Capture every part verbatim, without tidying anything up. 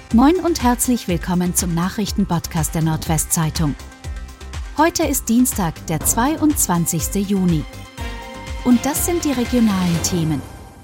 Moin und herzlich willkommen zum Nachrichtenpodcast der Nordwestzeitung. Heute ist Dienstag, der zweiundzwanzigste Juni. Und das sind die regionalen Themen.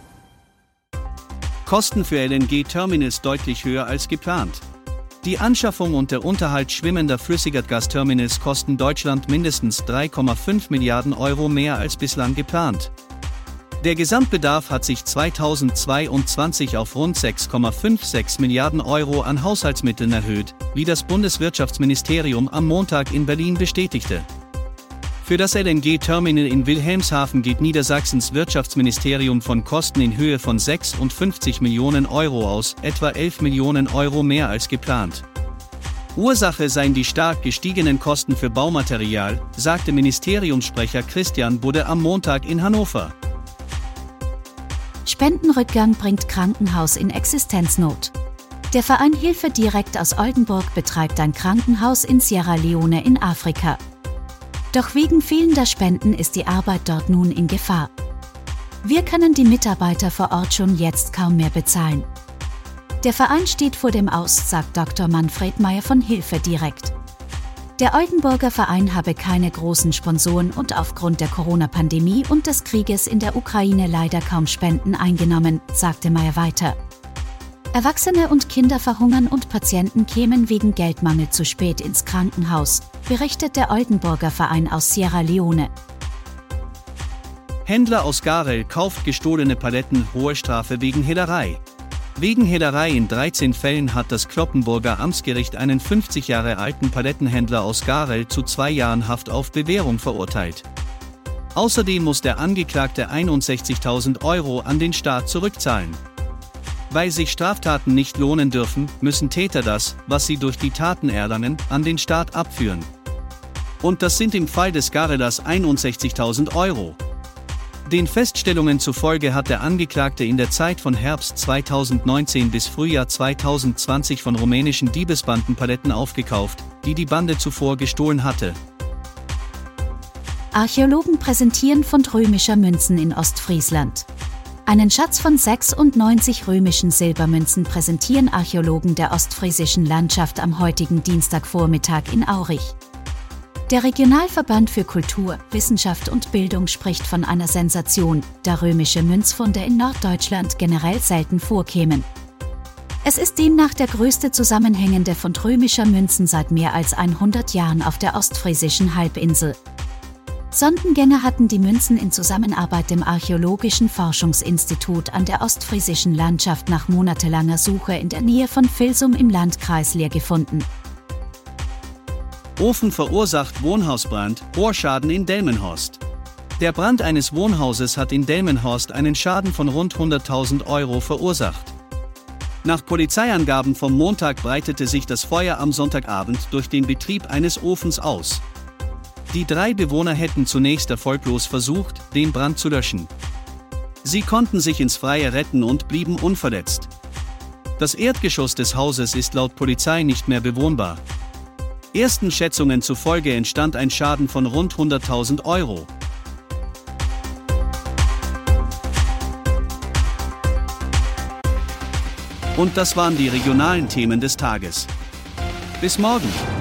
Kosten für L N G-Terminals deutlich höher als geplant. Die Anschaffung und der Unterhalt schwimmender Flüssigerdgasterminals kosten Deutschland mindestens drei Komma fünf Milliarden Euro mehr als bislang geplant. Der Gesamtbedarf hat sich zweitausendzweiundzwanzig auf rund sechs Komma sechsundfünfzig Milliarden Euro an Haushaltsmitteln erhöht, wie das Bundeswirtschaftsministerium am Montag in Berlin bestätigte. Für das L N G-Terminal in Wilhelmshaven geht Niedersachsens Wirtschaftsministerium von Kosten in Höhe von sechsundfünfzig Millionen Euro aus, etwa elf Millionen Euro mehr als geplant. Ursache seien die stark gestiegenen Kosten für Baumaterial, sagte Ministeriumssprecher Christian Budde am Montag in Hannover. Spendenrückgang bringt Krankenhaus in Existenznot. Der Verein Hilfe Direkt aus Oldenburg betreibt ein Krankenhaus in Sierra Leone in Afrika. Doch wegen fehlender Spenden ist die Arbeit dort nun in Gefahr. Wir können die Mitarbeiter vor Ort schon jetzt kaum mehr bezahlen. Der Verein steht vor dem Aus, sagt Doktor Manfred Meyer von Hilfe Direkt. Der Oldenburger Verein habe keine großen Sponsoren und aufgrund der Corona-Pandemie und des Krieges in der Ukraine leider kaum Spenden eingenommen, sagte Meyer weiter. Erwachsene und Kinder verhungern und Patienten kämen wegen Geldmangel zu spät ins Krankenhaus, berichtet der Oldenburger Verein aus Sierra Leone. Händler aus Garel kauft gestohlene Paletten, hohe Strafe wegen Hehlerei. Wegen Hehlerei in dreizehn Fällen hat das Cloppenburger Amtsgericht einen fünfzig Jahre alten Palettenhändler aus Garel zu zwei Jahren Haft auf Bewährung verurteilt. Außerdem muss der Angeklagte einundsechzigtausend Euro an den Staat zurückzahlen. Weil sich Straftaten nicht lohnen dürfen, müssen Täter das, was sie durch die Taten erlangen, an den Staat abführen. Und das sind im Fall des Garelers einundsechzigtausend Euro. Den Feststellungen zufolge hat der Angeklagte in der Zeit von Herbst zweitausendneunzehn bis Frühjahr zweitausendzwanzig von rumänischen Diebesbanden Paletten aufgekauft, die die Bande zuvor gestohlen hatte. Archäologen präsentieren Fund römischer Münzen in Ostfriesland. Einen Schatz von sechsundneunzig römischen Silbermünzen präsentieren Archäologen der ostfriesischen Landschaft am heutigen Dienstagvormittag in Aurich. Der Regionalverband für Kultur, Wissenschaft und Bildung spricht von einer Sensation, da römische Münzfunde in Norddeutschland generell selten vorkämen. Es ist demnach der größte zusammenhängende Fund römischer Münzen seit mehr als hundert Jahren auf der ostfriesischen Halbinsel. Sondengänge hatten die Münzen in Zusammenarbeit dem Archäologischen Forschungsinstitut an der ostfriesischen Landschaft nach monatelanger Suche in der Nähe von Vilsum im Landkreis Leer gefunden. Ofen verursacht Wohnhausbrand, Rohrschaden in Delmenhorst. Der Brand eines Wohnhauses hat in Delmenhorst einen Schaden von rund hunderttausend Euro verursacht. Nach Polizeiangaben vom Montag breitete sich das Feuer am Sonntagabend durch den Betrieb eines Ofens aus. Die drei Bewohner hätten zunächst erfolglos versucht, den Brand zu löschen. Sie konnten sich ins Freie retten und blieben unverletzt. Das Erdgeschoss des Hauses ist laut Polizei nicht mehr bewohnbar. Ersten Schätzungen zufolge entstand ein Schaden von rund hunderttausend Euro. Und das waren die regionalen Themen des Tages. Bis morgen!